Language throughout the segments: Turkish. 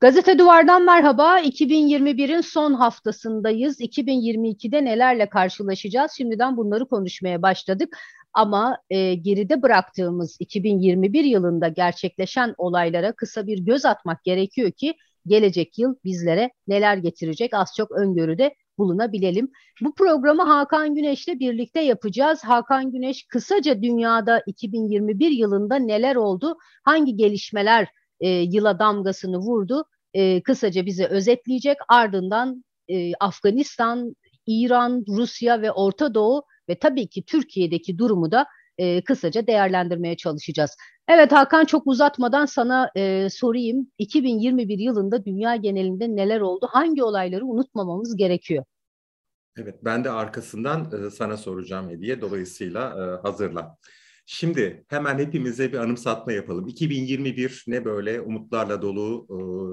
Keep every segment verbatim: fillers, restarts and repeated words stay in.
Gazete Duvar'dan merhaba. iki bin yirmi birin son haftasındayız. iki bin yirmi ikide nelerle karşılaşacağız? Şimdiden bunları konuşmaya başladık. Ama e, geride bıraktığımız iki bin yirmi bir yılında gerçekleşen olaylara kısa bir göz atmak gerekiyor ki gelecek yıl bizlere neler getirecek az çok öngörüde bulunabilelim. Bu programı Hakan Güneş'le birlikte yapacağız. Hakan Güneş kısaca dünyada iki bin yirmi bir yılında neler oldu, hangi gelişmeler e, yıla damgasını vurdu? E, kısaca bize özetleyecek. Ardından e, Afganistan, İran, Rusya ve Orta Doğu ve tabii ki Türkiye'deki durumu da e, kısaca değerlendirmeye çalışacağız. Evet Hakan, çok uzatmadan sana e, sorayım. iki bin yirmi bir yılında dünya genelinde neler oldu? Hangi olayları unutmamamız gerekiyor? Evet, ben de arkasından e, sana soracağım Hediye. Dolayısıyla e, hazırla. Şimdi hemen hepimize bir anımsatma yapalım. iki bin yirmi bir ne böyle umutlarla dolu,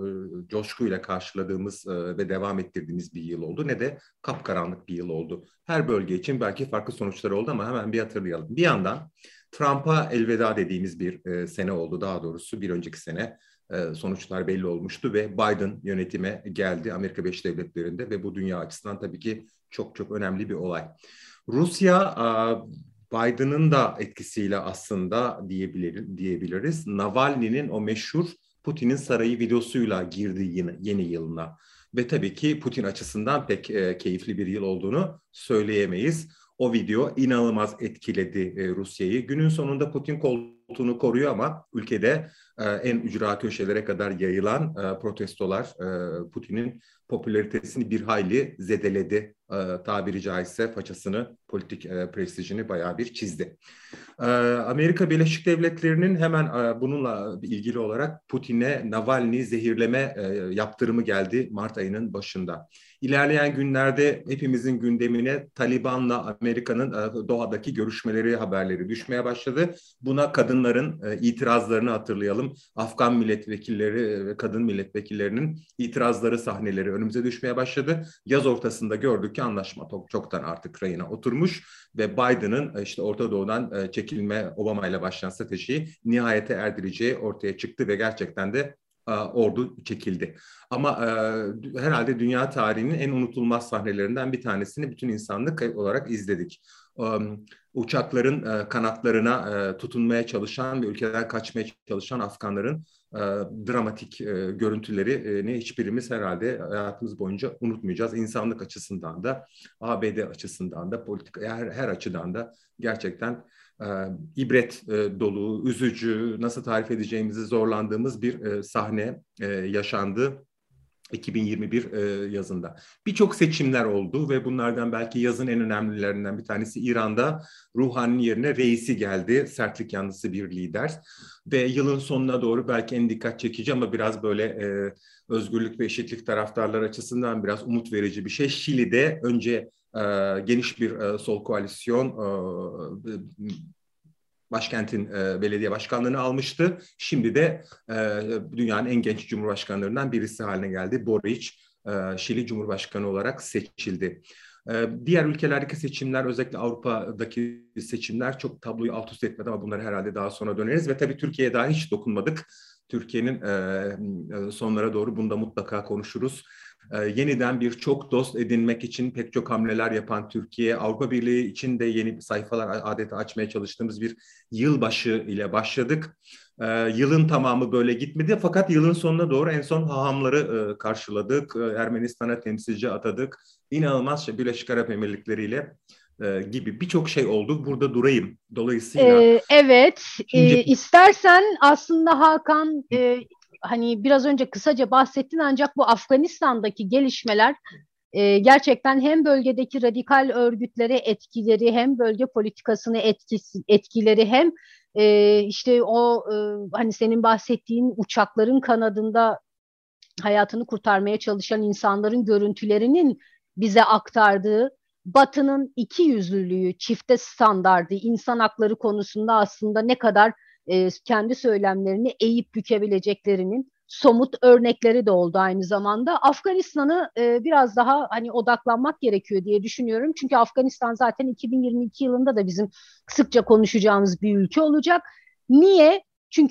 e, coşkuyla karşıladığımız e, ve devam ettirdiğimiz bir yıl oldu, ne de kapkaranlık bir yıl oldu. Her bölge için belki farklı sonuçlar oldu ama hemen bir hatırlayalım. Bir yandan Trump'a elveda dediğimiz bir e, sene oldu, daha doğrusu bir önceki sene. E, sonuçlar belli olmuştu ve Biden yönetime geldi Amerika Birleşik Devletleri'nde ve bu dünya açısından tabii ki çok çok önemli bir olay. Rusya, Biden'ın da etkisiyle aslında diyebilir, diyebiliriz. Navalny'nin o meşhur Putin'in sarayı videosuyla girdi yeni, yeni yılına. Ve tabii ki Putin açısından pek e, keyifli bir yıl olduğunu söyleyemeyiz. O video inanılmaz etkiledi e, Rusya'yı. Günün sonunda Putin koltuğunu koruyor ama ülkede e, en ücra köşelere kadar yayılan e, protestolar e, Putin'in popülaritesini bir hayli zedeledi. E, tabiri caizse façasını, politik e, prestijini bayağı bir çizdi. E, Amerika Birleşik Devletleri'nin hemen e, bununla ilgili olarak Putin'e Navalny zehirleme e, yaptırımı geldi Mart ayının başında. İlerleyen günlerde hepimizin gündemine Taliban'la Amerika'nın e, doğadaki görüşmeleri haberleri düşmeye başladı. Buna kadınların e, itirazlarını hatırlayalım. Afgan milletvekilleri ve kadın milletvekillerinin itirazları, sahneleri önümüze düşmeye başladı. Yaz ortasında gördük ki anlaşma çoktan artık rayına oturmuş ve Biden'ın işte Orta Doğu'dan çekilme, Obama ile başlayan stratejiyi nihayete erdireceği ortaya çıktı ve gerçekten de ordu çekildi. Ama e, herhalde dünya tarihinin en unutulmaz sahnelerinden bir tanesini bütün insanlık olarak izledik. Um, uçakların e, kanatlarına e, tutunmaya çalışan ve ülkeden kaçmaya çalışan Afganların e, dramatik e, görüntülerini hiçbirimiz herhalde hayatımız boyunca unutmayacağız. İnsanlık açısından da, A B D açısından da, politik her, her açıdan da gerçekten e, ibret e, dolu, üzücü, nasıl tarif edeceğimizi zorlandığımız bir e, sahne e, yaşandı iki bin yirmi bir e, yazında. Birçok seçimler oldu ve bunlardan belki yazın en önemlilerinden bir tanesi İran'da Ruhani'nin yerine Reisi geldi. Sertlik yanlısı bir lider. Ve yılın sonuna doğru belki en dikkat çekici ama biraz böyle e, özgürlük ve eşitlik taraftarlar açısından biraz umut verici bir şey. Şili'de önce e, geniş bir e, sol koalisyon e, başkentin e, belediye başkanlığını almıştı. Şimdi de e, dünyanın en genç cumhurbaşkanlarından birisi haline geldi. Boric, e, Şili Cumhurbaşkanı olarak seçildi. E, diğer ülkelerdeki seçimler, özellikle Avrupa'daki seçimler çok tabloyu alt üst etmedi ama bunları herhalde daha sonra döneriz. Ve tabii Türkiye'ye daha hiç dokunmadık. Türkiye'nin e, sonlara doğru bunda mutlaka konuşuruz. Ee, yeniden bir çok dost edinmek için pek çok hamleler yapan Türkiye, Avrupa Birliği için de yeni sayfalar adeta açmaya çalıştığımız bir yılbaşı ile başladık. Ee, yılın tamamı böyle gitmedi fakat yılın sonuna doğru en son hahamları e, karşıladık. E, Ermenistan'a temsilci atadık. İnanılmaz şey, Birleşik Arap Emirlikleri ile e, gibi birçok şey oldu. Burada durayım. Dolayısıyla Ee, evet, ikinci... e, istersen aslında Hakan, e, hani biraz önce kısaca bahsettin ancak bu Afganistan'daki gelişmeler e, gerçekten hem bölgedeki radikal örgütlere etkileri, hem bölge politikasını etkisi, etkileri, hem e, işte o e, hani senin bahsettiğin uçakların kanadında hayatını kurtarmaya çalışan insanların görüntülerinin bize aktardığı Batı'nın iki yüzlülüğü, çifte standardı, insan hakları konusunda aslında ne kadar e, kendi söylemlerini eğip bükebileceklerinin somut örnekleri de oldu aynı zamanda. Afganistan'ı e, biraz daha hani odaklanmak gerekiyor diye düşünüyorum. Çünkü Afganistan zaten iki bin yirmi iki yılında da bizim sıkça konuşacağımız bir ülke olacak. Niye? Çünkü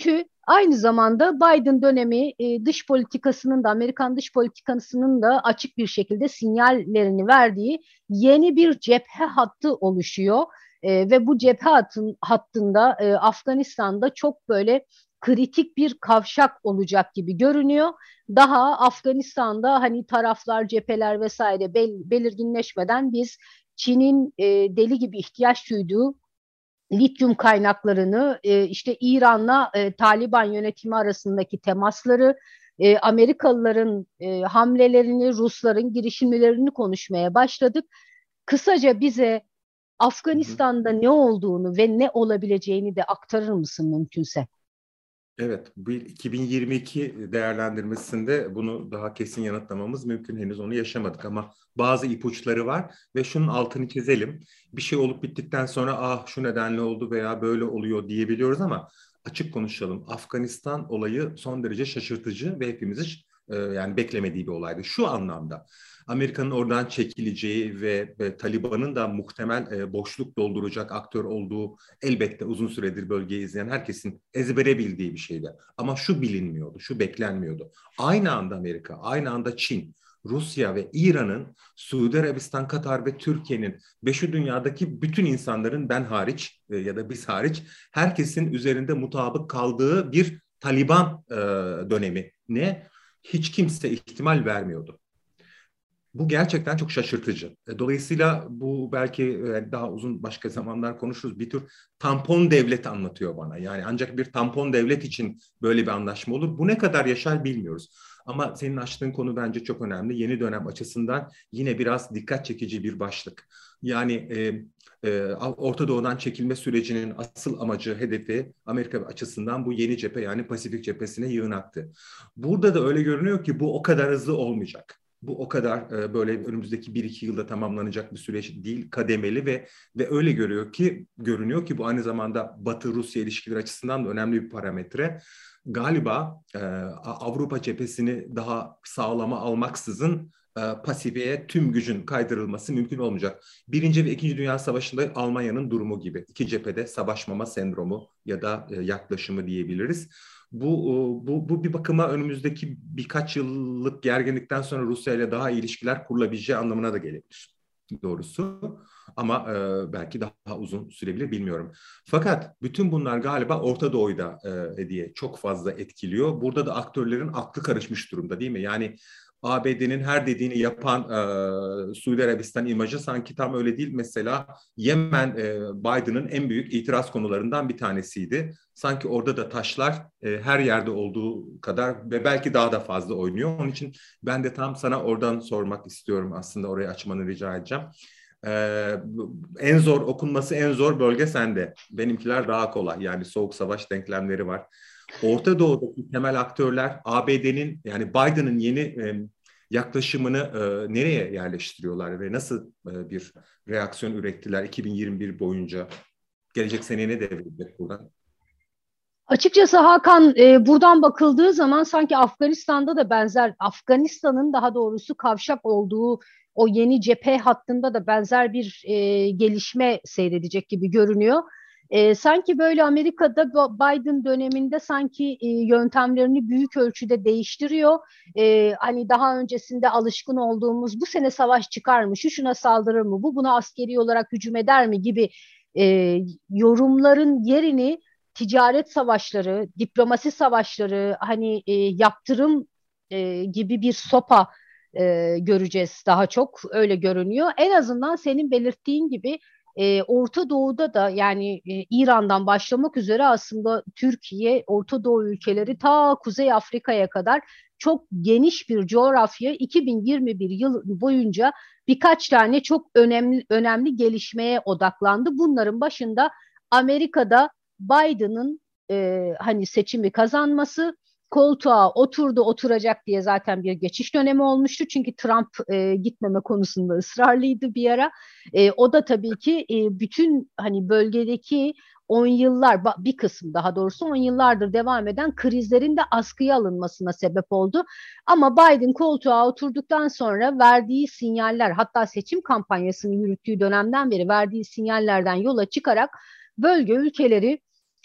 Aynı zamanda Biden dönemi e, dış politikasının da Amerikan dış politikasının da açık bir şekilde sinyallerini verdiği yeni bir cephe hattı oluşuyor. E, ve bu cephe hattın, hattında e, Afganistan'da çok böyle kritik bir kavşak olacak gibi görünüyor. Daha Afganistan'da hani taraflar, cepheler vesaire bel, belirginleşmeden biz Çin'in e, deli gibi ihtiyaç duyduğu lityum kaynaklarını, e, işte İran'la e, Taliban yönetimi arasındaki temasları, e, Amerikalıların e, hamlelerini, Rusların girişimlerini konuşmaya başladık. Kısaca bize Hı hı. Afganistan'da ne olduğunu ve ne olabileceğini de aktarır mısın mümkünse? Evet, bu yıl iki bin yirmi iki değerlendirmesinde bunu daha kesin yanıtlamamız mümkün. Henüz onu yaşamadık ama bazı ipuçları var ve şunun altını çizelim. Bir şey olup bittikten sonra ah şu nedenle oldu veya böyle oluyor diyebiliyoruz ama açık konuşalım. Afganistan olayı son derece şaşırtıcı ve hepimizi e, yani beklemediği bir olaydı. Şu anlamda Amerika'nın oradan çekileceği ve, ve Taliban'ın da muhtemel e, boşluk dolduracak aktör olduğu elbette uzun süredir bölgeyi izleyen herkesin ezbere bildiği bir şeydi. Ama şu bilinmiyordu, şu beklenmiyordu. Aynı anda Amerika, aynı anda Çin, Rusya ve İran'ın, Suudi Arabistan, Katar ve Türkiye'nin ve şu dünyadaki bütün insanların ben hariç e, ya da biz hariç herkesin üzerinde mutabık kaldığı bir Taliban e, dönemi ne? Hiç kimse ihtimal vermiyordu. Bu gerçekten çok şaşırtıcı. E, Dolayısıyla bu belki e, daha uzun başka zamanlar konuşuruz. Bir tür tampon devlet anlatıyor bana. Yani ancak bir tampon devlet için böyle bir anlaşma olur. Bu ne kadar yaşar bilmiyoruz. Ama senin açtığın konu bence çok önemli. Yeni dönem açısından yine biraz dikkat çekici bir başlık. Yani e, e, Orta Doğu'dan çekilme sürecinin asıl amacı, hedefi Amerika açısından bu yeni cephe yani Pasifik cephesine yığınaktı. Burada da öyle görünüyor ki bu o kadar hızlı olmayacak. Bu o kadar e, böyle önümüzdeki bir iki yılda tamamlanacak bir süreç değil, kademeli ve ve öyle görüyor ki görünüyor ki bu aynı zamanda Batı-Rusya ilişkileri açısından da önemli bir parametre. Galiba e, Avrupa cephesini daha sağlama almaksızın e, Pasifik'e tüm gücün kaydırılması mümkün olmayacak. Birinci ve İkinci Dünya Savaşı'nda Almanya'nın durumu gibi. İki cephede savaşmama sendromu ya da e, yaklaşımı diyebiliriz. Bu, bu, bu bir bakıma önümüzdeki birkaç yıllık gerginlikten sonra Rusya ile daha iyi ilişkiler kurulabileceği anlamına da gelebilir doğrusu. Ama e, belki daha uzun sürebilir bilmiyorum. Fakat bütün bunlar galiba Orta Doğu'da e, diye çok fazla etkiliyor. Burada da aktörlerin aklı karışmış durumda değil mi? Yani A B D'nin her dediğini yapan e, Suudi Arabistan imajı sanki tam öyle değil. Mesela Yemen e, Biden'ın en büyük itiraz konularından bir tanesiydi. Sanki orada da taşlar e, her yerde olduğu kadar ve belki daha da fazla oynuyor. Onun için ben de tam sana oradan sormak istiyorum aslında orayı açmanı rica edeceğim. Ee, en zor okunması en zor bölge sende. Benimkiler daha kolay. Yani soğuk savaş denklemleri var. Orta Doğu'daki temel aktörler A B D'nin yani Biden'ın yeni e, yaklaşımını e, nereye yerleştiriyorlar ve nasıl e, bir reaksiyon ürettiler iki bin yirmi bir boyunca? Gelecek seneye ne devredecek buradan? Açıkçası Hakan, e, buradan bakıldığı zaman sanki Afganistan'da da benzer, Afganistan'ın daha doğrusu kavşak olduğu o yeni cephe hattında da benzer bir e, gelişme seyredecek gibi görünüyor. E, sanki böyle Amerika'da Biden döneminde sanki e, yöntemlerini büyük ölçüde değiştiriyor. E, hani daha öncesinde alışkın olduğumuz bu sene savaş çıkar mı, şu şuna saldırır mı, bu buna askeri olarak hücum eder mi gibi e, yorumların yerini ticaret savaşları, diplomasi savaşları, hani e, yaptırım e, gibi bir sopa e, göreceğiz daha çok öyle görünüyor. En azından senin belirttiğin gibi e, Orta Doğu'da da yani e, İran'dan başlamak üzere aslında Türkiye, Orta Doğu ülkeleri ta Kuzey Afrika'ya kadar çok geniş bir coğrafya iki bin yirmi bir yıl boyunca birkaç tane çok önemli önemli gelişmeye odaklandı. Bunların başında Amerika'da Biden'ın e, hani seçimi kazanması, koltuğa oturdu oturacak diye zaten bir geçiş dönemi olmuştu. Çünkü Trump e, gitmeme konusunda ısrarlıydı bir ara. E, o da tabii ki e, bütün hani bölgedeki on yıllar bir kısım daha doğrusu on yıllardır devam eden krizlerin de askıya alınmasına sebep oldu. Ama Biden koltuğa oturduktan sonra verdiği sinyaller, hatta seçim kampanyasını yürüttüğü dönemden beri verdiği sinyallerden yola çıkarak bölge ülkeleri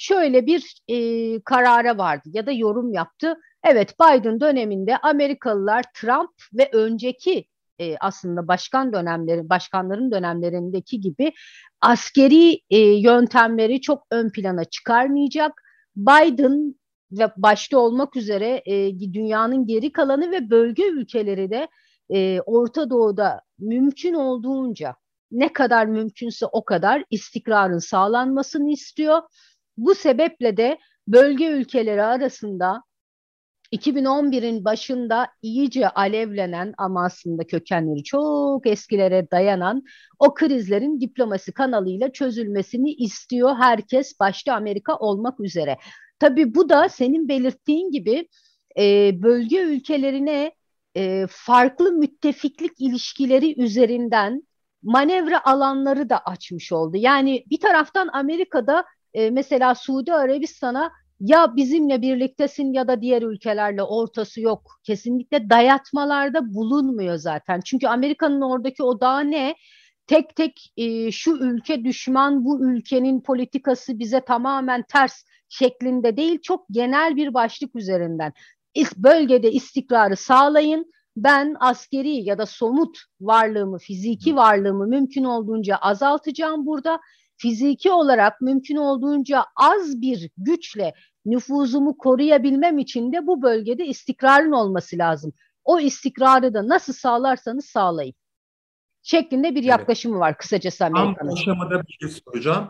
şöyle bir e, karara vardı ya da yorum yaptı. Evet, Biden döneminde Amerikalılar Trump ve önceki e, aslında başkan dönemleri, başkanların dönemlerindeki gibi askeri e, yöntemleri çok ön plana çıkarmayacak. Biden ve başta olmak üzere e, dünyanın geri kalanı ve bölge ülkeleri de e, Orta Doğu'da mümkün olduğunca, ne kadar mümkünse o kadar istikrarın sağlanmasını istiyor. Bu sebeple de bölge ülkeleri arasında iki bin on birin başında iyice alevlenen ama aslında kökenleri çok eskilere dayanan o krizlerin diplomasi kanalıyla çözülmesini istiyor herkes, başta Amerika olmak üzere. Tabii bu da senin belirttiğin gibi e, bölge ülkelerine e, farklı müttefiklik ilişkileri üzerinden manevra alanları da açmış oldu. Yani bir taraftan Amerika'da e, mesela Suudi Arabistan'a ya bizimle birliktesin ya da diğer ülkelerle ortası yok. Kesinlikle dayatmalarda bulunmuyor zaten. Çünkü Amerika'nın oradaki odağı ne? Tek tek e, şu ülke düşman, bu ülkenin politikası bize tamamen ters şeklinde değil, çok genel bir başlık üzerinden. Bölgede istikrarı sağlayın. Ben askeri ya da somut varlığımı, fiziki varlığımı mümkün olduğunca azaltacağım burada. Fiziki olarak mümkün olduğunca az bir güçle nüfuzumu koruyabilmem için de bu bölgede istikrarın olması lazım. O istikrarı da nasıl sağlarsanız sağlayın şeklinde bir Evet. yaklaşımı var kısacası Tam bu Amerika'nın. aşamada bir şey soracağım.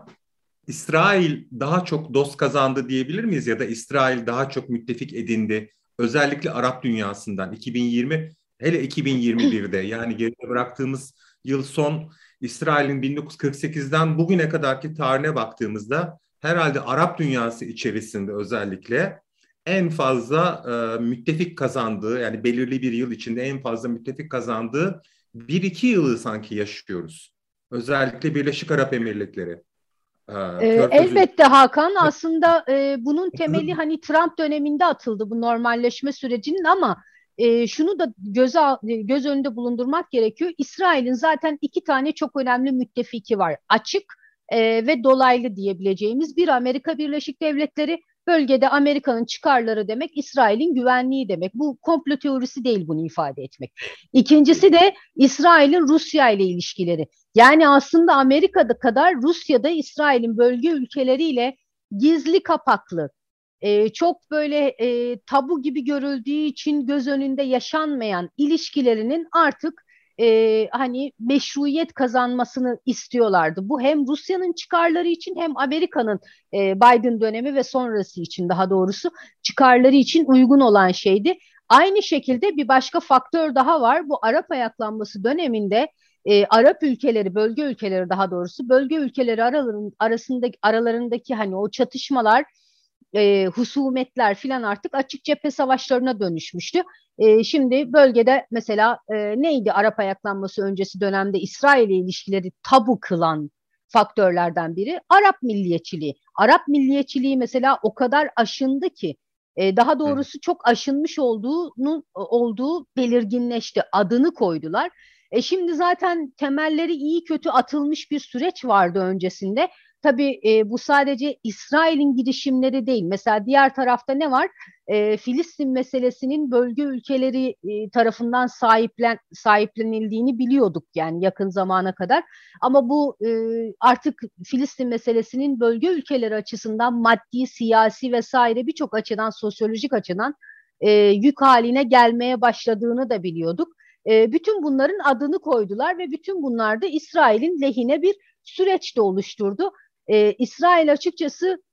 İsrail daha çok dost kazandı diyebilir miyiz? Ya da İsrail daha çok müttefik edindi. Özellikle Arap dünyasından iki bin yirmi, hele iki bin yirmi birde, yani geride bıraktığımız yıl son, İsrail'in bin dokuz yüz kırk sekizden bugüne kadarki tarihine baktığımızda herhalde Arap dünyası içerisinde özellikle en fazla e, müttefik kazandığı, yani belirli bir yıl içinde en fazla müttefik kazandığı bir iki yılı sanki yaşıyoruz. Özellikle Birleşik Arap Emirlikleri. Ee, Körfez'ün. elbette Hakan, aslında e, bunun temeli hani Trump döneminde atıldı bu normalleşme sürecinin, ama e, şunu da göze göz önünde bulundurmak gerekiyor. İsrail'in zaten iki tane çok önemli müttefiki var. Açık e, ve dolaylı diyebileceğimiz, bir Amerika Birleşik Devletleri, bölgede Amerika'nın çıkarları demek, İsrail'in güvenliği demek. Bu komplo teorisi değil bunu ifade etmek. İkincisi de İsrail'in Rusya ile ilişkileri. Yani aslında Amerika'da kadar Rusya'da İsrail'in bölge ülkeleriyle gizli kapaklı, e, çok böyle e, tabu gibi görüldüğü için göz önünde yaşanmayan ilişkilerinin artık e, hani meşruiyet kazanmasını istiyorlardı. Bu hem Rusya'nın çıkarları için hem Amerika'nın e, Biden dönemi ve sonrası için, daha doğrusu çıkarları için uygun olan şeydi. Aynı şekilde bir başka faktör daha var. Bu Arap ayaklanması döneminde e, Arap ülkeleri, bölge ülkeleri daha doğrusu, bölge ülkeleri aralarında, arasındaki aralarındaki hani o çatışmalar, e, husumetler filan artık açık cephe savaşlarına dönüşmüştü. E, şimdi bölgede mesela e, neydi Arap ayaklanması öncesi dönemde İsrail ile ilişkileri tabu kılan faktörlerden biri? Arap milliyetçiliği. Arap milliyetçiliği mesela o kadar aşındı ki, e, daha doğrusu çok aşınmış olduğunu olduğu belirginleşti. Adını koydular. E şimdi zaten temelleri iyi kötü atılmış bir süreç vardı öncesinde. Tabii e, bu sadece İsrail'in girişimleri değil. Mesela diğer tarafta ne var? E, Filistin meselesinin bölge ülkeleri e, tarafından sahiplen, sahiplenildiğini biliyorduk yani yakın zamana kadar. Ama bu e, artık Filistin meselesinin bölge ülkeleri açısından maddi, siyasi vesaire birçok açıdan, sosyolojik açıdan e, yük haline gelmeye başladığını da biliyorduk. E, bütün bunların adını koydular ve bütün bunlar da İsrail'in lehine bir süreç de oluşturdu. E, İsrail açıkçası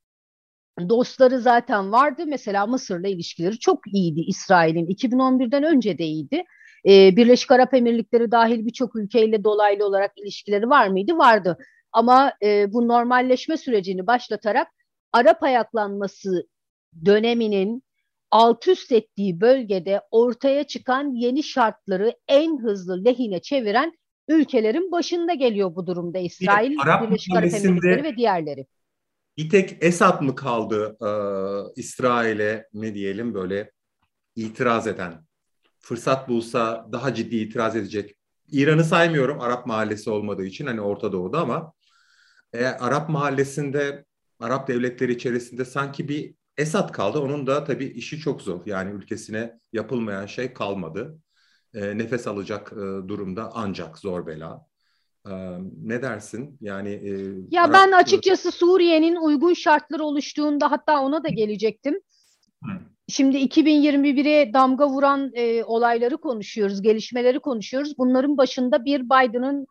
dostları zaten vardı. Mesela Mısır'la ilişkileri çok iyiydi İsrail'in. iki bin on birden önce de iyiydi. E, Birleşik Arap Emirlikleri dahil birçok ülkeyle dolaylı olarak ilişkileri var mıydı? Vardı. Ama e, bu normalleşme sürecini başlatarak Arap ayaklanması döneminin alt üst ettiği bölgede ortaya çıkan yeni şartları en hızlı lehine çeviren ülkelerin başında geliyor bu durumda Bir İsrail, Arap Birleşik Arap Emirlikleri mahallesinde ve diğerleri. bir tek Esad mı kaldı e, İsrail'e, ne diyelim, böyle itiraz eden? Fırsat bulsa daha ciddi itiraz edecek. İran'ı saymıyorum Arap mahallesi olmadığı için, hani Orta Doğu'da, ama eğer Arap mahallesinde Arap devletleri içerisinde sanki bir Esad kaldı. Onun da tabii işi çok zor. Yani ülkesine yapılmayan şey kalmadı. E, nefes alacak e, durumda ancak zor bela. E, ne dersin? Yani e, Ya ben Arap... açıkçası Suriye'nin uygun şartlar oluştuğunda, hatta ona da gelecektim. Hı, Şimdi iki bin yirmi bire damga vuran e, olayları konuşuyoruz, gelişmeleri konuşuyoruz. Bunların başında bir Biden'ın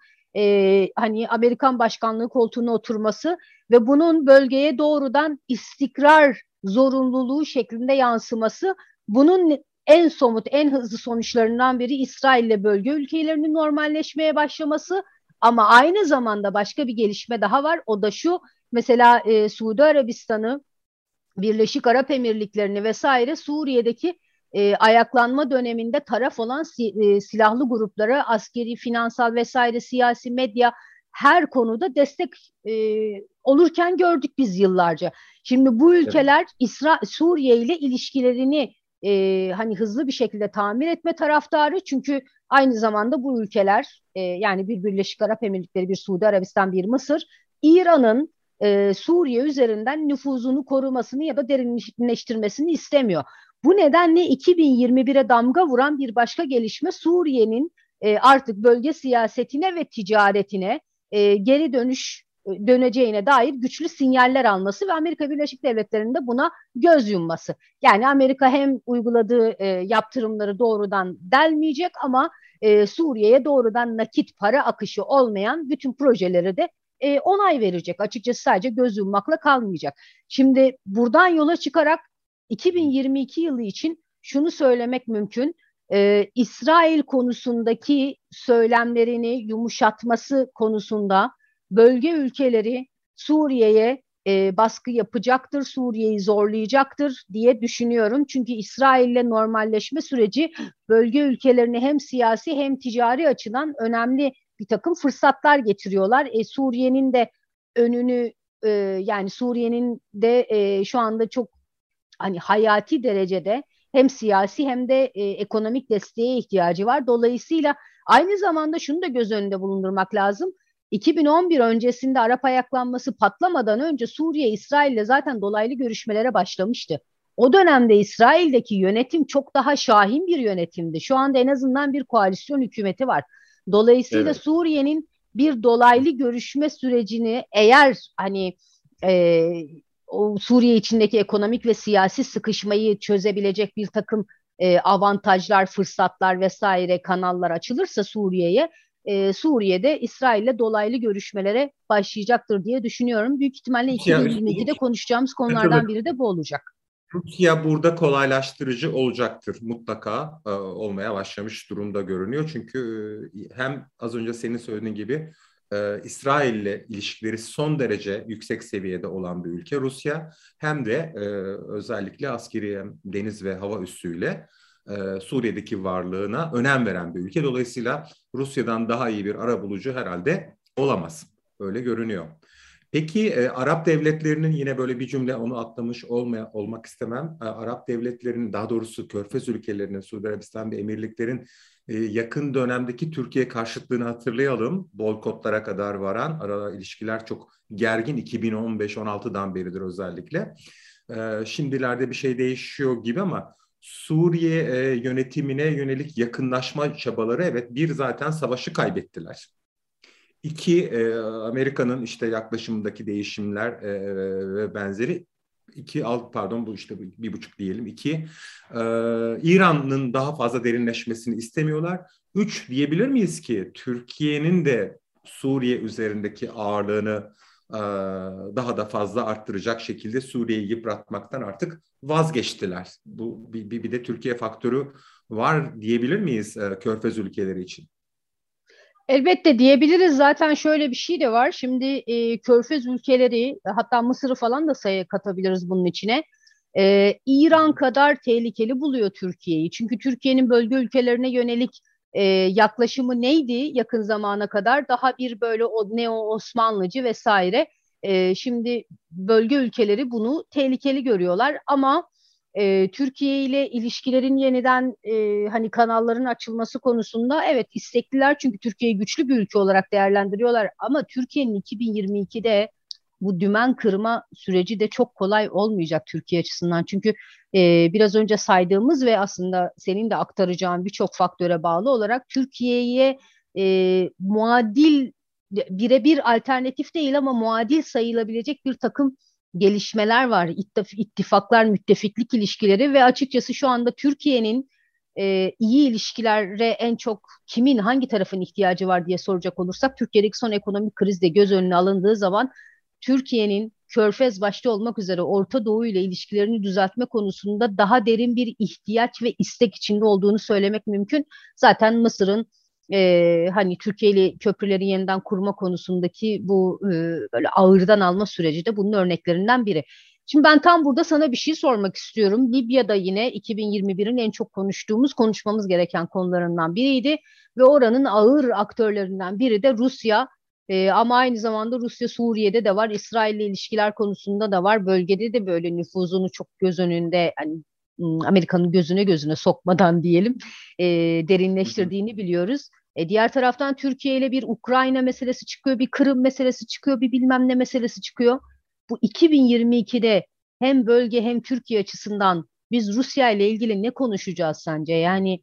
e, hani Amerikan başkanlığı koltuğuna oturması ve bunun bölgeye doğrudan istikrar zorunluluğu şeklinde yansıması. Bunun en somut, en hızlı sonuçlarından biri İsrail'le bölge ülkelerinin normalleşmeye başlaması. Ama aynı zamanda başka bir gelişme daha var. O da şu: mesela e, Suudi Arabistan'ı, Birleşik Arap Emirlikleri'ni vesaire Suriye'deki e, ayaklanma döneminde taraf olan si, e, silahlı gruplara askeri, finansal vesaire, siyasi, medya, her konuda destek e, olurken gördük biz yıllarca. Şimdi bu evet. ülkeler İsra Suriye ile ilişkilerini e, hani hızlı bir şekilde tamir etme taraftarı. Çünkü aynı zamanda bu ülkeler, e, yani bir Birleşik Arap Emirlikleri, bir Suudi Arabistan, bir Mısır, İran'ın e, Suriye üzerinden nüfuzunu korumasını ya da derinleştirmesini istemiyor. Bu nedenle iki bin yirmi bire damga vuran bir başka gelişme, Suriye'nin e, artık bölge siyasetine ve ticaretine e, geri dönüş e, döneceğine dair güçlü sinyaller alması ve Amerika Birleşik Devletleri'nin de buna göz yumması. Yani Amerika hem uyguladığı e, yaptırımları doğrudan delmeyecek ama e, Suriye'ye doğrudan nakit para akışı olmayan bütün projeleri de e, onay verecek. Açıkçası sadece göz yummakla kalmayacak. Şimdi buradan yola çıkarak iki bin yirmi iki yılı için şunu söylemek mümkün: e, İsrail konusundaki söylemlerini yumuşatması konusunda bölge ülkeleri Suriye'ye e, baskı yapacaktır, Suriye'yi zorlayacaktır diye düşünüyorum. Çünkü İsrail'le normalleşme süreci bölge ülkelerini hem siyasi hem ticari açıdan önemli bir takım fırsatlar getiriyorlar. E, Suriye'nin de önünü e, yani Suriye'nin de e, şu anda çok hani hayati derecede hem siyasi hem de e, ekonomik desteğe ihtiyacı var. Dolayısıyla aynı zamanda şunu da göz önünde bulundurmak lazım: iki bin on bir öncesinde Arap ayaklanması patlamadan önce Suriye İsrail'le zaten dolaylı görüşmelere başlamıştı. O dönemde İsrail'deki yönetim çok daha şahin bir yönetimdi. Şu anda en azından bir koalisyon hükümeti var. Dolayısıyla Evet. Suriye'nin bir dolaylı görüşme sürecini, eğer hani e, o Suriye içindeki ekonomik ve siyasi sıkışmayı çözebilecek bir takım e, avantajlar, fırsatlar vesaire kanallar açılırsa Suriye'ye, e, Suriye'de İsrail'le dolaylı görüşmelere başlayacaktır diye düşünüyorum. Büyük ihtimalle Rusya iki bin yirmi ikide üstelik konuşacağımız konulardan katılır. biri de bu olacak. Rusya burada kolaylaştırıcı olacaktır. Mutlaka e, olmaya başlamış durumda görünüyor. Çünkü e, hem az önce senin söylediğin gibi e, İsrail'le ilişkileri son derece yüksek seviyede olan bir ülke Rusya. Hem de e, özellikle askeri deniz ve hava üssüyle e, Suriye'deki varlığına önem veren bir ülke. Dolayısıyla Rusya'dan daha iyi bir arabulucu herhalde olamaz. Öyle görünüyor. Peki e, Arap devletlerinin, yine böyle bir cümle onu atlamış olmaya, olmak istemem. E, Arap devletlerinin, daha doğrusu Körfez ülkelerinin, Suudi Arabistan ve Emirliklerin e, yakın dönemdeki Türkiye karşıtlığını hatırlayalım. Boykotlara kadar varan ara ilişkiler çok gergin, iki bin on beş on altıdan beridir özellikle. E, şimdilerde bir şey değişiyor gibi ama Suriye e, yönetimine yönelik yakınlaşma çabaları, evet, bir zaten savaşı kaybettiler. İki, e, Amerika'nın işte yaklaşımındaki değişimler e, ve benzeri. İki, al, pardon bu işte bir, bir buçuk diyelim. İki, e, İran'ın daha fazla derinleşmesini istemiyorlar. Üç, diyebilir miyiz ki Türkiye'nin de Suriye üzerindeki ağırlığını e, daha da fazla arttıracak şekilde Suriye'yi yıpratmaktan artık vazgeçtiler. Bu bir, bir, bir de Türkiye faktörü var diyebilir miyiz e, Körfez ülkeleri için? Elbette diyebiliriz. Zaten şöyle bir şey de var. Şimdi e, Körfez ülkeleri, hatta Mısır'ı falan da sayı katabiliriz bunun içine. E, İran kadar tehlikeli buluyor Türkiye'yi. Çünkü Türkiye'nin bölge ülkelerine yönelik e, yaklaşımı neydi yakın zamana kadar? Daha bir böyle o neo Osmanlıcı vesaire. E, şimdi bölge ülkeleri bunu tehlikeli görüyorlar ama e, Türkiye ile ilişkilerin yeniden e, hani kanalların açılması konusunda evet istekliler, çünkü Türkiye'yi güçlü bir ülke olarak değerlendiriyorlar. Ama Türkiye'nin iki bin yirmi ikide bu dümen kırma süreci de çok kolay olmayacak Türkiye açısından. Çünkü e, biraz önce saydığımız ve aslında senin de aktaracağın birçok faktöre bağlı olarak Türkiye'ye e, muadil, birebir alternatif değil ama muadil sayılabilecek bir takım gelişmeler var. İttif- İttifaklar, müttefiklik ilişkileri ve açıkçası şu anda Türkiye'nin e, iyi ilişkilere en çok kimin, hangi tarafın ihtiyacı var diye soracak olursak, Türkiye'deki son ekonomik kriz de göz önüne alındığı zaman Türkiye'nin Körfez başta olmak üzere Orta Doğu ile ilişkilerini düzeltme konusunda daha derin bir ihtiyaç ve istek içinde olduğunu söylemek mümkün. Zaten Mısır'ın e, hani Türkiye ile köprüleri yeniden kurma konusundaki bu e, böyle ağırdan alma süreci de bunun örneklerinden biri. Şimdi ben tam burada sana bir şey sormak istiyorum. Libya'da yine iki bin yirmi birin en çok konuştuğumuz, konuşmamız gereken konularından biriydi ve oranın ağır aktörlerinden biri de Rusya. Ee, ama aynı zamanda Rusya Suriye'de de var, İsrail'le ilişkiler konusunda da var. Bölgede de böyle nüfuzunu çok göz önünde, hani ım, Amerika'nın gözüne gözüne sokmadan diyelim, e, Hı hı. derinleştirdiğini biliyoruz. E, diğer taraftan Türkiye ile bir Ukrayna meselesi çıkıyor, bir Kırım meselesi çıkıyor, bir bilmem ne meselesi çıkıyor. Bu iki bin yirmi ikide hem bölge hem Türkiye açısından biz Rusya ile ilgili ne konuşacağız sence? Yani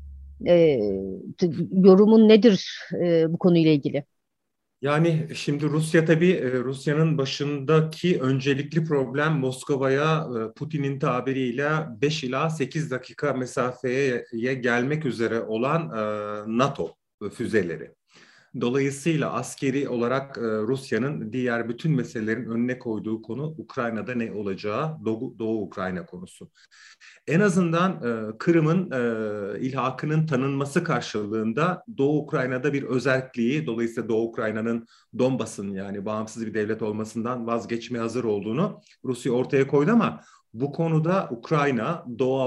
e, t- yorumun nedir e, bu konuyla ilgili? Yani şimdi Rusya tabii e, Rusya'nın başındaki öncelikli problem Moskova'ya e, Putin'in tabiriyle beş ila sekiz dakika mesafeye gelmek üzere olan e, NATO füzeleri. Dolayısıyla askeri olarak e, Rusya'nın diğer bütün meselelerin önüne koyduğu konu Ukrayna'da ne olacağı, Doğu, Doğu Ukrayna konusu. En azından e, Kırım'ın e, ilhakının tanınması karşılığında Doğu Ukrayna'da bir özelliği, dolayısıyla Doğu Ukrayna'nın Donbas'ın yani bağımsız bir devlet olmasından vazgeçmeye hazır olduğunu Rusya ortaya koydu ama bu konuda Ukrayna, Doğu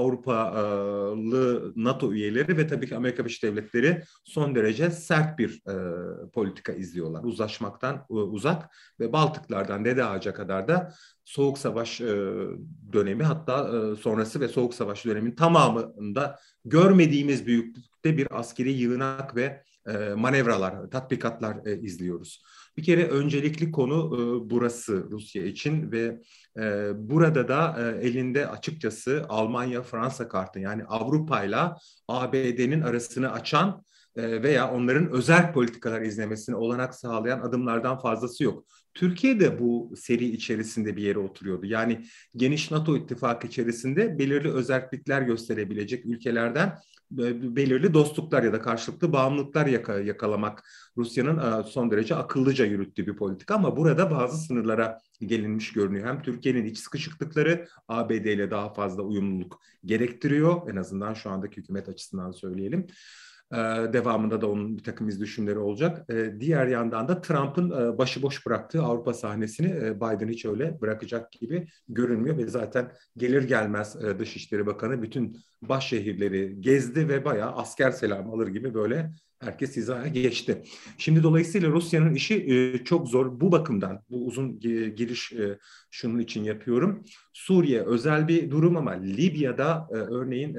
Avrupalı NATO üyeleri ve tabii ki Amerika Birleşik Devletleri son derece sert bir e, politika izliyorlar. Uzlaşmaktan e, uzak ve Baltıklardan Dede Ağaç'a kadar da Soğuk Savaş e, dönemi hatta e, sonrası ve Soğuk Savaş döneminin tamamında görmediğimiz büyüklükte bir askeri yığınak ve e, manevralar, tatbikatlar e, izliyoruz. Bir kere öncelikli konu e, burası Rusya için ve e, burada da e, elinde açıkçası Almanya-Fransa kartı yani Avrupa ile A B D'nin arasını açan e, veya onların özel politikalar izlemesine olanak sağlayan adımlardan fazlası yok. Türkiye de bu seri içerisinde bir yere oturuyordu. Yani geniş NATO ittifakı içerisinde belirli özellikler gösterebilecek ülkelerden belirli dostluklar ya da karşılıklı bağımlılıklar yakalamak Rusya'nın son derece akıllıca yürüttüğü bir politika ama burada bazı sınırlara gelinmiş görünüyor. Hem Türkiye'nin iç sıkışıklıkları A B D ile daha fazla uyumluluk gerektiriyor. En azından şu andaki hükümet açısından söyleyelim. Devamında da onun bir takım izlüşümleri olacak. Diğer yandan da Trump'ın başıboş bıraktığı Avrupa sahnesini Biden hiç öyle bırakacak gibi görünmüyor ve zaten gelir gelmez Dışişleri Bakanı bütün baş şehirleri gezdi ve bayağı asker selamı alır gibi böyle herkes hizaya geçti. Şimdi dolayısıyla Rusya'nın işi çok zor. Bu bakımdan bu uzun giriş şunun için yapıyorum. Suriye özel bir durum ama Libya'da örneğin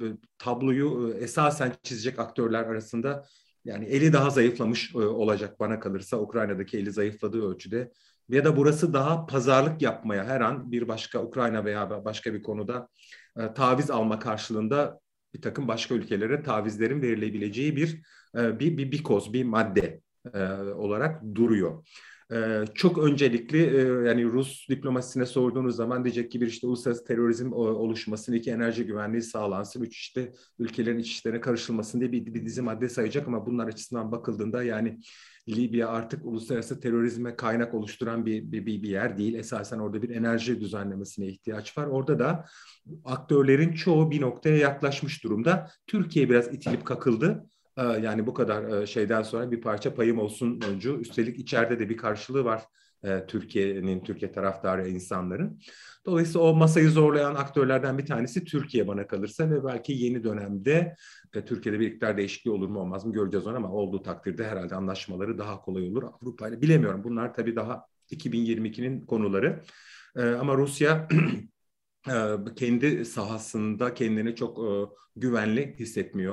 tabloyu esasen çizecek aktörler arasında yani eli daha zayıflamış olacak bana kalırsa Ukrayna'daki eli zayıfladığı ölçüde ya da burası daha pazarlık yapmaya her an bir başka Ukrayna veya başka bir konuda taviz alma karşılığında bir takım başka ülkelere tavizlerin verilebileceği bir bir bir, bir koz, bir madde olarak duruyor. Ee, çok öncelikli e, yani Rus diplomasisine sorduğunuz zaman diyecek ki bir işte uluslararası terörizm oluşmasın, iki enerji güvenliği sağlansın, üç işte ülkelerin iç işlerine karışılmasın diye bir, bir dizi madde sayacak ama bunlar açısından bakıldığında yani Libya artık uluslararası terörizme kaynak oluşturan bir, bir, bir yer değil. Esasen orada bir enerji düzenlemesine ihtiyaç var. Orada da aktörlerin çoğu bir noktaya yaklaşmış durumda. Türkiye biraz itilip kakıldı. Yani bu kadar şeyden sonra bir parça payım olsun önce. Üstelik içeride de bir karşılığı var Türkiye'nin, Türkiye taraftarı insanların. Dolayısıyla o masayı zorlayan aktörlerden bir tanesi Türkiye bana kalırsa ve belki yeni dönemde Türkiye'de bir iktidar değişikliği olur mu olmaz mı göreceğiz onu ama olduğu takdirde herhalde anlaşmaları daha kolay olur Avrupa ile. Bilemiyorum bunlar tabii daha iki bin yirmi ikinin konuları ama Rusya kendi sahasında kendini çok güvenli hissetmiyor.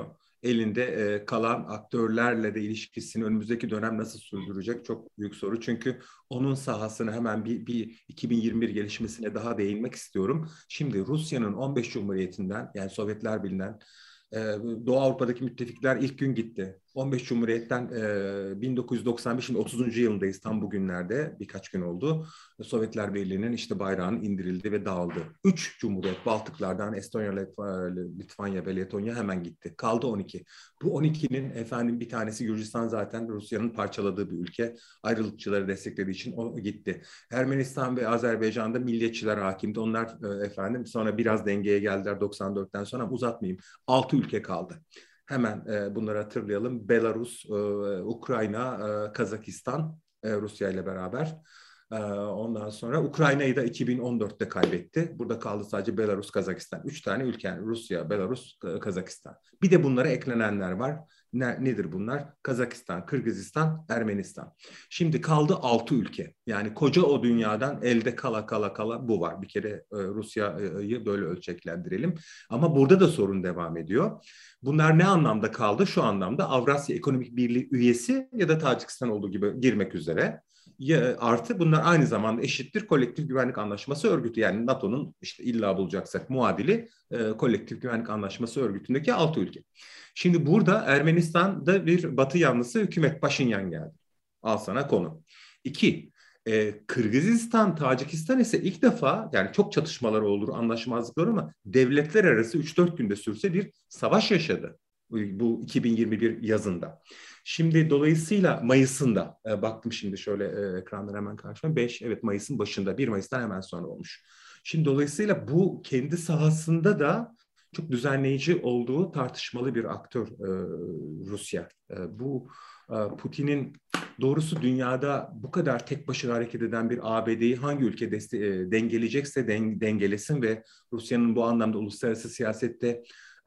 elinde e, kalan aktörlerle de ilişkisini önümüzdeki dönem nasıl sürdürecek çok büyük soru. Çünkü onun sahasını hemen bir, bir iki bin yirmi bir gelişmesine daha değinmek istiyorum. Şimdi Rusya'nın on beş Cumhuriyeti'nden, yani Sovyetler Birliği'nden e, Doğu Avrupa'daki müttefikler ilk gün gitti. on beş Cumhuriyet'ten e, bin dokuz yüz doksan beş, şimdi otuzuncu yılındayız tam bugünlerde, birkaç gün oldu. Sovyetler Birliği'nin işte bayrağının indirildi ve dağıldı. Üç Cumhuriyet, Baltıklardan Estonya, Litvanya ve Letonya hemen gitti. Kaldı on iki. Bu on ikinin efendim bir tanesi Gürcistan, zaten Rusya'nın parçaladığı bir ülke. Ayrılıkçıları desteklediği için o gitti. Ermenistan ve Azerbaycan'da milliyetçiler hakimdi. Onlar e, efendim sonra biraz dengeye geldiler doksan dörtten sonra, uzatmayayım. Altı ülke kaldı. Hemen e, bunları hatırlayalım. Belarus, e, Ukrayna, e, Kazakistan, e, Rusya ile beraber. E, ondan sonra Ukrayna'yı da iki bin on dörtte kaybetti. Burada kaldı sadece Belarus, Kazakistan. Üç tane ülke, yani Rusya, Belarus, Kazakistan. Bir de bunlara eklenenler var. Ne, nedir bunlar? Kazakistan, Kırgızistan, Ermenistan. Şimdi kaldı altı ülke. Yani koca o dünyadan elde kala kala kala bu var. Bir kere e, Rusya'yı böyle ölçeklendirelim. Ama burada da sorun devam ediyor. Bunlar ne anlamda kaldı? Şu anlamda Avrasya Ekonomik Birliği üyesi ya da Tacikistan olduğu gibi girmek üzere. Ya, artı bunlar aynı zamanda eşittir Kolektif Güvenlik Anlaşması Örgütü. Yani NATO'nun işte illa bulacaksak muadili e, Kolektif Güvenlik Anlaşması Örgütü'ndeki altı ülke. Şimdi burada Ermenistan'da bir Batı yanlısı hükümet, Paşinyan geldi. Al sana konu. İki, e, Kırgızistan, Tacikistan ise ilk defa, yani çok çatışmalar olur, anlaşmazlıklar, ama devletler arası üç dört günde sürse bir savaş yaşadı bu iki bin yirmi bir yazında. Şimdi dolayısıyla Mayıs'ında e, baktım şimdi şöyle e, ekrandan hemen karşıma, beş, evet, Mayıs'ın başında, bir Mayıs'tan hemen sonra olmuş. Şimdi dolayısıyla bu kendi sahasında da çok düzenleyici olduğu tartışmalı bir aktör e, Rusya. E, bu e, Putin'in doğrusu dünyada bu kadar tek başına hareket eden bir A B D'yi hangi ülke deste- e, dengeleyecekse den- dengelesin ve Rusya'nın bu anlamda uluslararası siyasette e,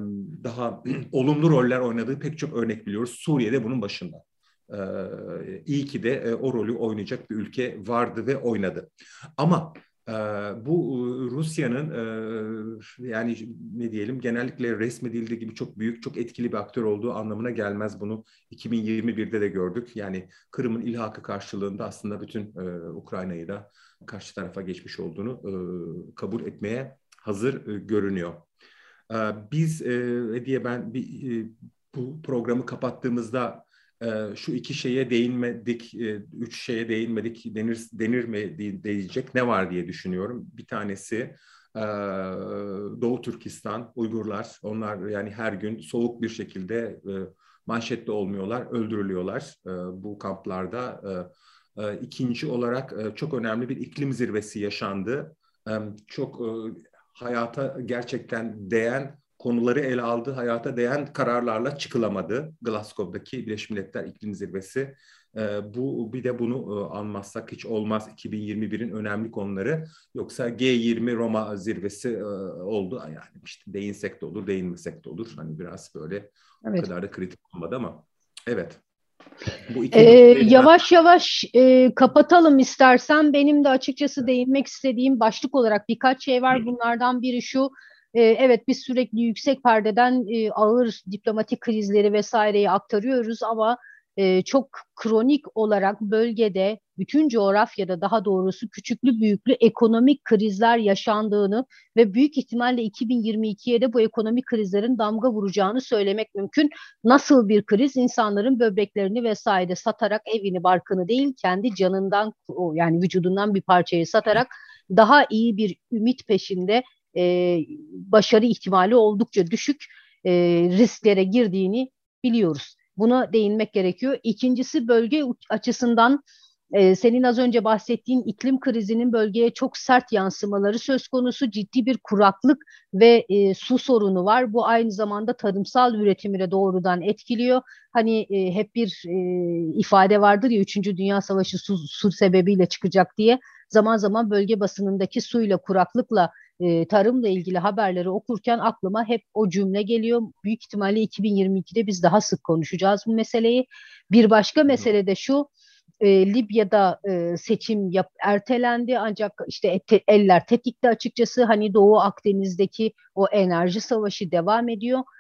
daha olumlu roller oynadığı pek çok örnek biliyoruz. Suriye'de bunun başında. Ee, iyi ki de e, o rolü oynayacak bir ülke vardı ve oynadı. Ama e, bu e, Rusya'nın e, yani ne diyelim, genellikle resmedildiği gibi çok büyük, çok etkili bir aktör olduğu anlamına gelmez. Bunu iki bin yirmi birde de gördük. Yani Kırım'ın ilhakı karşılığında aslında bütün e, Ukrayna'yı da karşı tarafa geçmiş olduğunu e, kabul etmeye hazır e, görünüyor. E, biz e, diye ben bir e, bu programı kapattığımızda e, şu iki şeye değinmedik, e, üç şeye değinmedik denir, denir mi diyecek ne var diye düşünüyorum. Bir tanesi e, Doğu Türkistan, Uygurlar. Onlar yani her gün soğuk bir şekilde e, manşette olmuyorlar, öldürülüyorlar e, bu kamplarda. E, e, ikinci olarak e, çok önemli bir iklim zirvesi yaşandı. E, çok e, hayata gerçekten değen konuları ele aldı, hayata değen kararlarla çıkılamadı. Glasgow'daki Birleşmiş Milletler İklim Zirvesi. E, bu bir de bunu e, anmazsak hiç olmaz, iki bin yirmi birin önemli konuları. Yoksa G yirmi Roma zirvesi e, oldu. Yani işte değinsek de olur, değinmesek de olur. Hani biraz böyle o Evet. kadar da kritik olmadı ama evet. Bu Ee, iki noktayı hemen... yavaş yavaş e, kapatalım istersen. Benim de açıkçası değinmek istediğim başlık olarak birkaç şey var. Bunlardan biri şu: e, evet, biz sürekli yüksek perdeden e, ağır diplomatik krizleri vesaireyi aktarıyoruz ama e, çok kronik olarak bölgede, bütün coğrafyada daha doğrusu küçüklü büyüklü ekonomik krizler yaşandığını ve büyük ihtimalle iki bin yirmi ikiye de bu ekonomik krizlerin damga vuracağını söylemek mümkün. Nasıl bir kriz? İnsanların böbreklerini vesaire satarak, evini barkını değil, kendi canından, yani vücudundan bir parçayı satarak daha iyi bir ümit peşinde, e, başarı ihtimali oldukça düşük e, risklere girdiğini biliyoruz. Buna değinmek gerekiyor. İkincisi, bölge açısından ee, senin az önce bahsettiğin iklim krizinin bölgeye çok sert yansımaları söz konusu. Ciddi bir kuraklık ve e, su sorunu var. Bu aynı zamanda tarımsal üretimi de doğrudan etkiliyor. Hani e, hep bir e, ifade vardır ya, Üçüncü Dünya Savaşı su, su sebebiyle çıkacak diye. Zaman zaman bölge basınındaki suyla, kuraklıkla, e, tarımla ilgili haberleri okurken aklıma hep o cümle geliyor. Büyük ihtimalle iki bin yirmi ikide biz daha sık konuşacağız bu meseleyi. Bir başka mesele de şu: e, Libya'da e, seçim yap, ertelendi, ancak işte et, eller tetikte açıkçası. Hani Doğu Akdeniz'deki o enerji savaşı devam ediyor.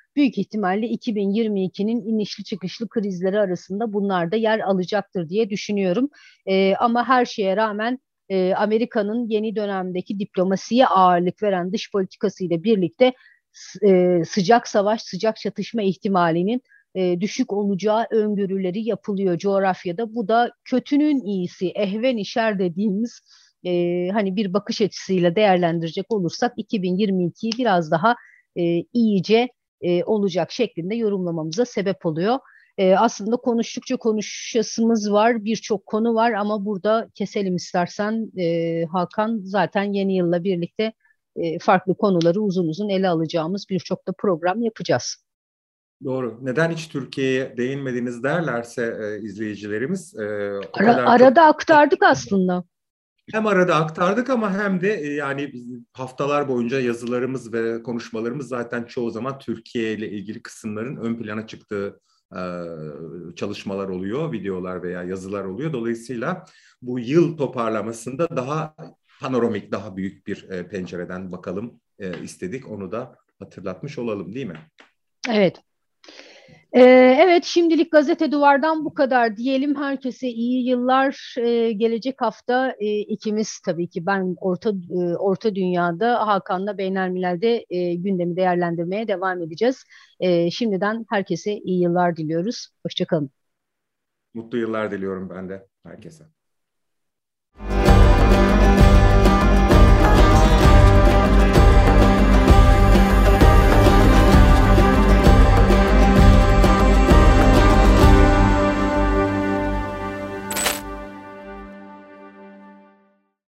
büyük ihtimalle iki bin yirmi ikinin inişli çıkışlı krizleri arasında bunlar da yer alacaktır diye düşünüyorum. E, ama her şeye rağmen e, Amerika'nın yeni dönemdeki diplomasiye ağırlık veren dış politikasıyla birlikte e, sıcak savaş, sıcak çatışma ihtimalinin e, düşük olacağı öngörüleri yapılıyor coğrafyada. Bu da kötünün iyisi, ehven-i şer dediğimiz e, hani bir bakış açısıyla değerlendirecek olursak iki bin yirmi ikiyi biraz daha e, iyice e, olacak şeklinde yorumlamamıza sebep oluyor. E, aslında konuştukça konuşasımız var, birçok konu var ama burada keselim istersen e, Hakan. Zaten yeni yılla birlikte e, farklı konuları uzun uzun ele alacağımız birçok da program yapacağız. Doğru. Neden hiç Türkiye'ye değinmediniz derlerse e, izleyicilerimiz e, o Ara, kadar çok arada aktardık aslında. hem arada aktardık ama hem de e, yani haftalar boyunca yazılarımız ve konuşmalarımız zaten çoğu zaman Türkiye ile ilgili kısımların ön plana çıktığı e, çalışmalar oluyor, videolar veya yazılar oluyor. Dolayısıyla bu yıl toparlamasında daha panoramik, daha büyük bir e, pencereden bakalım e, istedik. Onu da hatırlatmış olalım, değil mi? Evet. Ee, evet, şimdilik Gazete Duvar'dan bu kadar diyelim. Herkese iyi yıllar. Ee, gelecek hafta e, ikimiz, tabii ki ben Orta e, Orta Dünya'da, Hakan'la Beynelmilel'de e, gündemi değerlendirmeye devam edeceğiz. E, şimdiden herkese iyi yıllar diliyoruz. Hoşça kalın. Mutlu yıllar diliyorum ben de herkese.